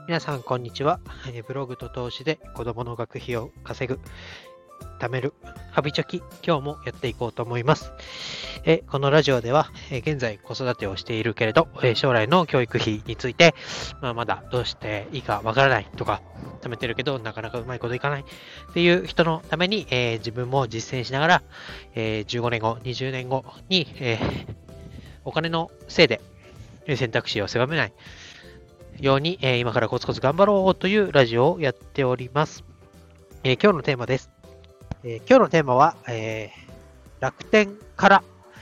皆さん、こんにちは。ブログと投資で子供の学費を稼ぐ、貯める、ハビチョキ、今日もやっていこうと思います。このラジオでは、現在子育てをしているけれど、将来の教育費について、まだどうしていいかわからないとか、貯めてるけどなかなかうまいこといかないっていう人のために、自分も実践しながら、15年後、20年後に、お金のせいで選択肢を狭めないように、今からコツコツ頑張ろうというラジオをやっております。今日のテーマです。今日のテーマは、楽天から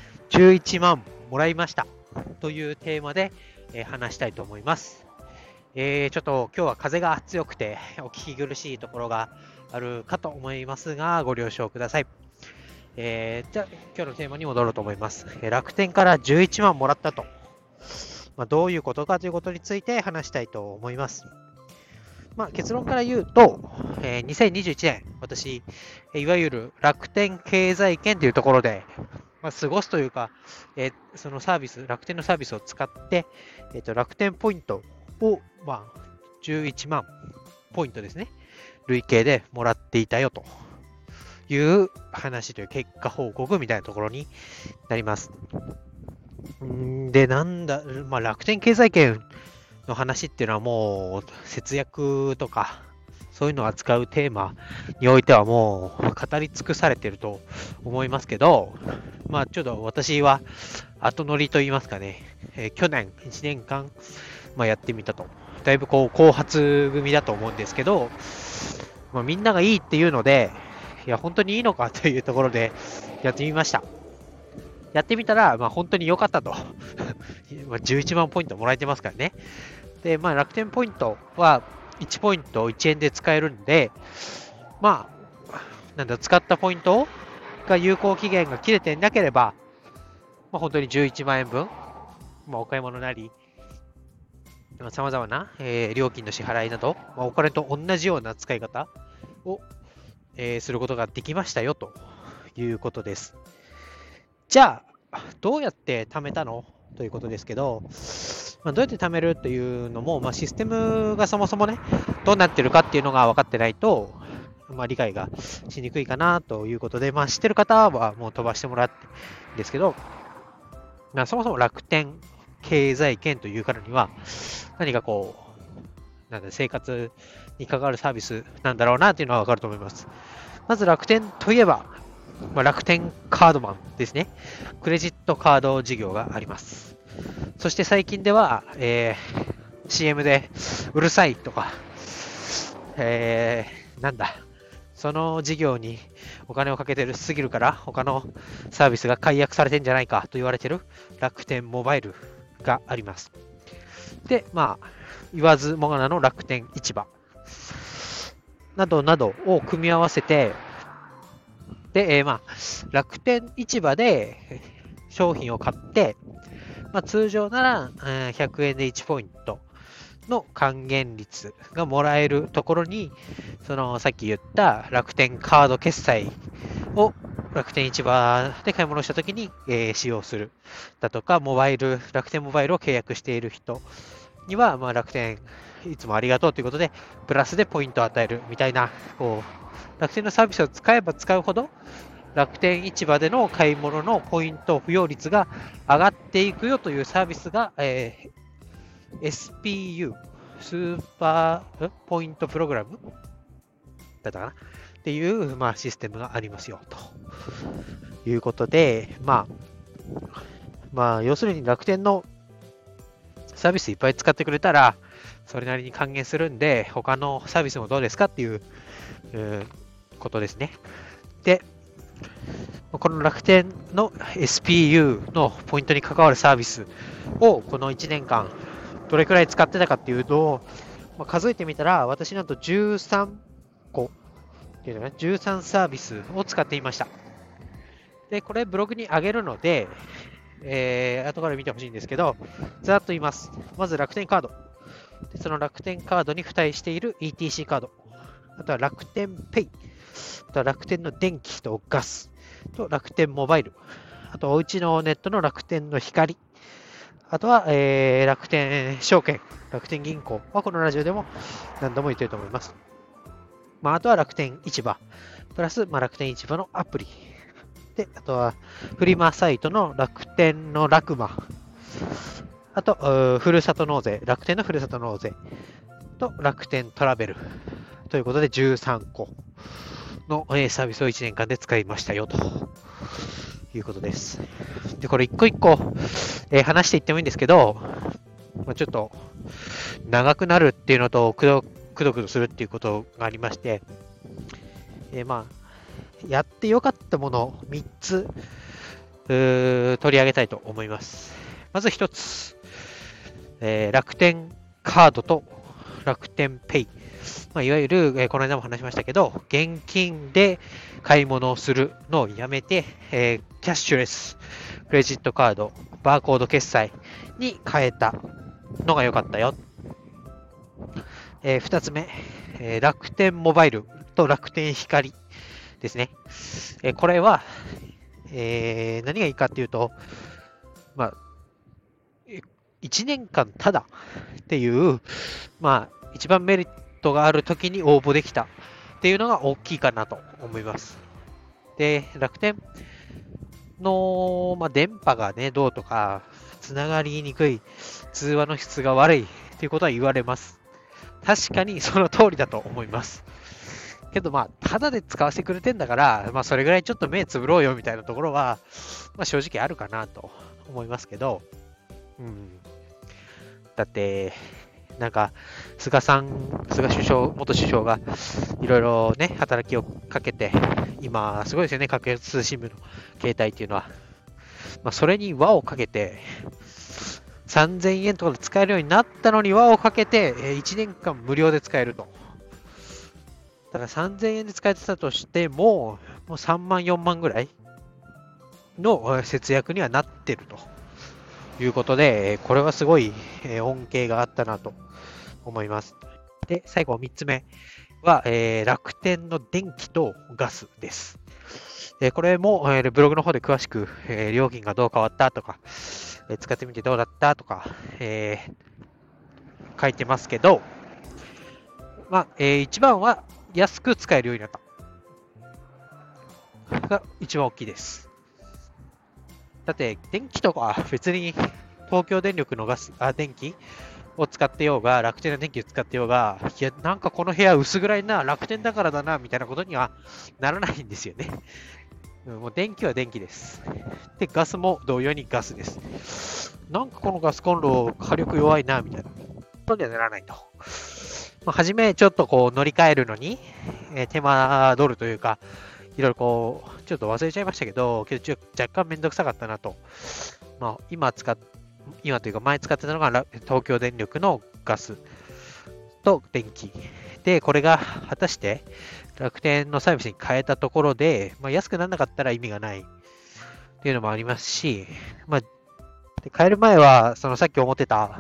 11万もらいましたというテーマで、話したいと思います。ちょっと今日は風が強くてお聞き苦しいところがあるかと思いますが、ご了承ください。じゃあ今日のテーマに戻ろうと思います。楽天から11万もらったと。どういうことかということについて話したいと思います。結論から言うと、2021年、私、いわゆる楽天経済圏というところで、過ごすというか、そのサービス、楽天のサービスを使って、楽天ポイントを、11万ポイントですね、累計でもらっていたよという話という結果報告みたいなところになります。で、楽天経済圏の話っていうのはもう節約とかそういうのを扱うテーマにおいてはもう語り尽くされていると思いますけど、ちょっと私は後乗りと言いますかね、去年1年間、やってみたと。だいぶ後発組だと思うんですけど、みんながいいっていうので、いや、本当にいいのかというところでやってみました。やってみたら、本当に良かったと。11万ポイントもらえてますからね。で、楽天ポイントは1ポイント1円で使えるんで、使ったポイントが有効期限が切れてなければ、本当に11万円分、お買い物なり、様々な、料金の支払いなど、お金と同じような使い方を、することができましたよということです。じゃあ、どうやって貯めたのということですけど、どうやって貯めるというのも、システムがそもそもね、どうなってるかっていうのが分かってないと、理解がしにくいかなということで、知ってる方はもう飛ばしてもらってんですけど、そもそも楽天経済圏というからには、何か生活に関わるサービスなんだろうなというのは分かると思います。まず楽天といえば、楽天カードマンですね。クレジットカード事業があります。そして最近では、CM でうるさいとか、その事業にお金をかけてるすぎるから他のサービスが解約されてんじゃないかと言われている楽天モバイルがあります。で、言わずもがなの楽天市場などなどを組み合わせて、で、楽天市場で商品を買って、通常なら100円で1ポイントの還元率がもらえるところに、さっき言った楽天カード決済を楽天市場で買い物したときに、使用するだとか、楽天モバイルを契約している人には、楽天いつもありがとうということで、プラスでポイントを与えるみたいな、楽天のサービスを使えば使うほど、楽天市場での買い物のポイント付与率が上がっていくよというサービスが、SPU、スーパーポイントプログラムだったかなっていう、システムがありますよということで、要するに楽天のサービスいっぱい使ってくれたら、それなりに還元するんで、他のサービスもどうですかっていう、ことですね。で、この楽天の SPU のポイントに関わるサービスをこの1年間どれくらい使ってたかっていうと、数えてみたら私なんと13個っていうのかな、13サービスを使っていました。で、これブログに上げるので、後から見てほしいんですけど、ざっと言います。まず楽天カード。でその楽天カードに付帯している ETC カード。あとは楽天ペイ。あとは楽天の電気とガス。と楽天モバイル。あとおうちのネットの楽天の光。 あとは、楽天証券、楽天銀行はこのラジオでも何度も言ってると思います。あとは楽天市場、プラス、楽天市場のアプリ。で、あとはフリマサイトの楽天の楽マ。あと、ふるさと納税、楽天のふるさと納税と楽天トラベルということで13個のサービスを1年間で使いましたよということです。で、これ一個一個話していってもいいんですけど、ちょっと長くなるっていうのとくどくするっていうことがありまして、やってよかったものを3つ取り上げたいと思います。まず1つ、楽天カードと楽天ペイ。いわゆる、この間も話しましたけど、現金で買い物をするのをやめて、キャッシュレス、クレジットカード、バーコード決済に変えたのが良かったよ。2つ目、楽天モバイルと楽天光ですね。これは、何がいいかっていうと、1年間ただっていう、一番メリットがある時に応募できたっていうのが大きいかなと思います。で、楽天の、電波がね、どうとか、つながりにくい、通話の質が悪いっていうことは言われます。確かにその通りだと思います。けどただで使わせてくれてんだから、それぐらいちょっと目つぶろうよみたいなところは、正直あるかなと思いますけど、だって、菅首相、元首相がいろいろね、働きをかけて、今、すごいですよね、格安通信部の携帯っていうのは。それに輪をかけて、3000円とかで使えるようになったのに輪をかけて、1年間無料で使えると。だから3000円で使えてたとしても、もう3万、4万ぐらいの節約にはなってるということで、これはすごい恩恵があったなと思います。で、最後3つ目は、楽天の電気とガスです。これも、ブログの方で詳しく、料金がどう変わったとか、使ってみてどうだったとか、書いてますけど、一番は安く使えるようになった。が一番大きいです。だって、電気とか別に東京電力の電気を使ってようが、楽天の電気を使ってようが、いや、この部屋薄暗いな、楽天だからだな、みたいなことにはならないんですよね。もう電気は電気です。で、ガスも同様にガスです。このガスコンロ火力弱いな、みたいなことにはならないと。初めちょっと乗り換えるのに、手間取るというか、いろいろちょっと忘れちゃいましたけど、若干めんどくさかったなと。今というか前使ってたのが東京電力のガスと電気。で、これが果たして楽天のサービスに変えたところで、安くならなかったら意味がないっていうのもありますし、で変える前は、さっき思ってた、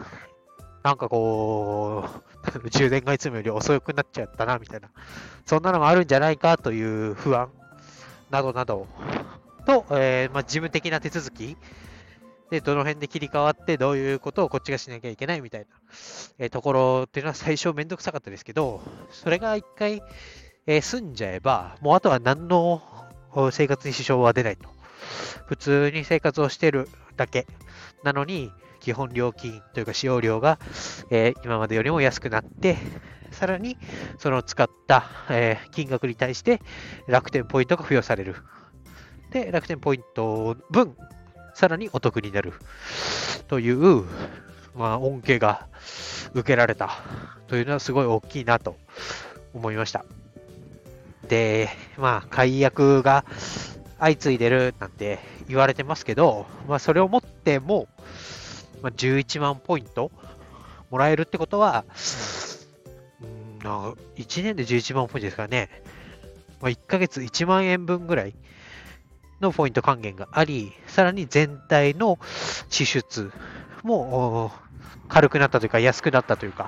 充電がいつもより遅くなっちゃったな、みたいな、そんなのがあるんじゃないかという不安などなどと、事務的な手続きで、どの辺で切り替わって、どういうことをこっちがしなきゃいけないみたいな、ところっていうのは最初めんどくさかったですけど、それが一回、済んじゃえば、もうあとは何の生活に支障は出ないと。普通に生活をしてるだけなのに、基本料金というか使用料が、今までよりも安くなって、さらにその使った、金額に対して楽天ポイントが付与される。で、楽天ポイント分、さらにお得になるという、恩恵が受けられたというのはすごい大きいなと思いました。で、解約が相次いでるなんて言われてますけど、それをもっても、11万ポイントもらえるってことは、1年で11万ポイントですからね、1ヶ月1万円分ぐらいのポイント還元があり、さらに全体の支出も軽くなったというか、安くなったというか、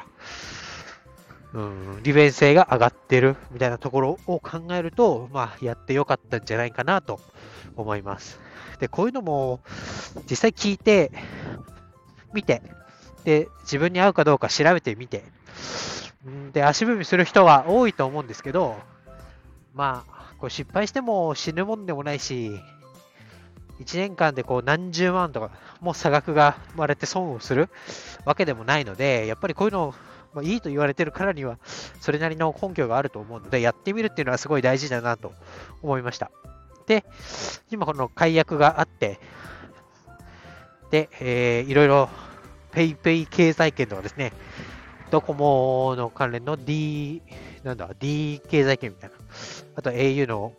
利便性が上がってるみたいなところを考えると、やってよかったんじゃないかなと思います。で、こういうのも実際聞いて、 見て、で、自分に合うかどうか調べてみて、で、足踏みする人は多いと思うんですけど、まあ、こう失敗しても死ぬもんでもないし、1年間でこう何十万とか、もう差額が生まれて損をするわけでもないので、やっぱりこういうのを、いいと言われてるからには、それなりの根拠があると思うので、やってみるっていうのはすごい大事だなと思いました。で、今この解約があって、で、いろいろ PayPay 経済圏とかですね、ドコモの関連の D 経済圏みたいな、あと au の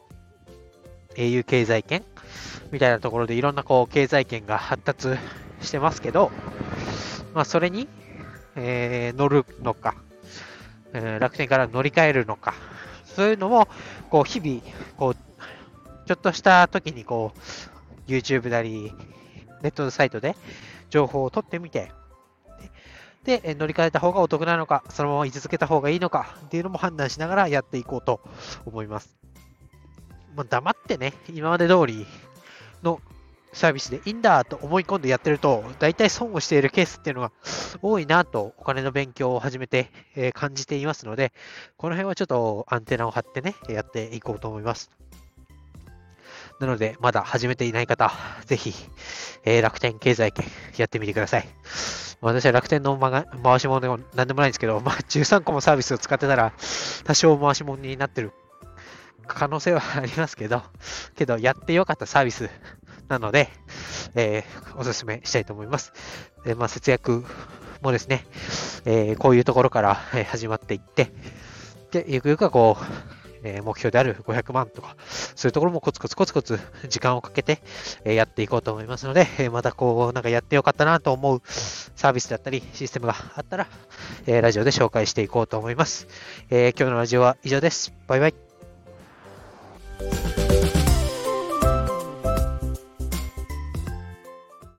au 経済圏みたいなところでいろんなこう経済圏が発達してますけど、それに、乗るのか、楽天から乗り換えるのか、そういうのもこう日々こうちょっとした時にこう YouTube なりネットサイトで情報を取ってみて、で、乗り換えた方がお得なのか、そのまま居続けた方がいいのかっていうのも判断しながらやっていこうと思います。黙ってね、今まで通りのサービスでいいんだと思い込んでやってると、大体損をしているケースっていうのが多いなと、お金の勉強を始めて、感じていますので、この辺はちょっとアンテナを張ってね、やっていこうと思います。なので、まだ始めていない方、ぜひ、楽天経済圏やってみてください。私は楽天の回し物でも何でもないんですけど、13個もサービスを使ってたら、多少回し物になってる可能性はありますけど、やってよかったサービスなので、おすすめしたいと思います。節約もですね、こういうところから、始まっていって、で、ゆくゆくはこう、目標である500万とか、そういうところもコツコツ時間をかけて、やっていこうと思いますので、またこう、なんかやってよかったなと思うサービスだったり、システムがあったら、ラジオで紹介していこうと思います。今日のラジオは以上です。バイバイ。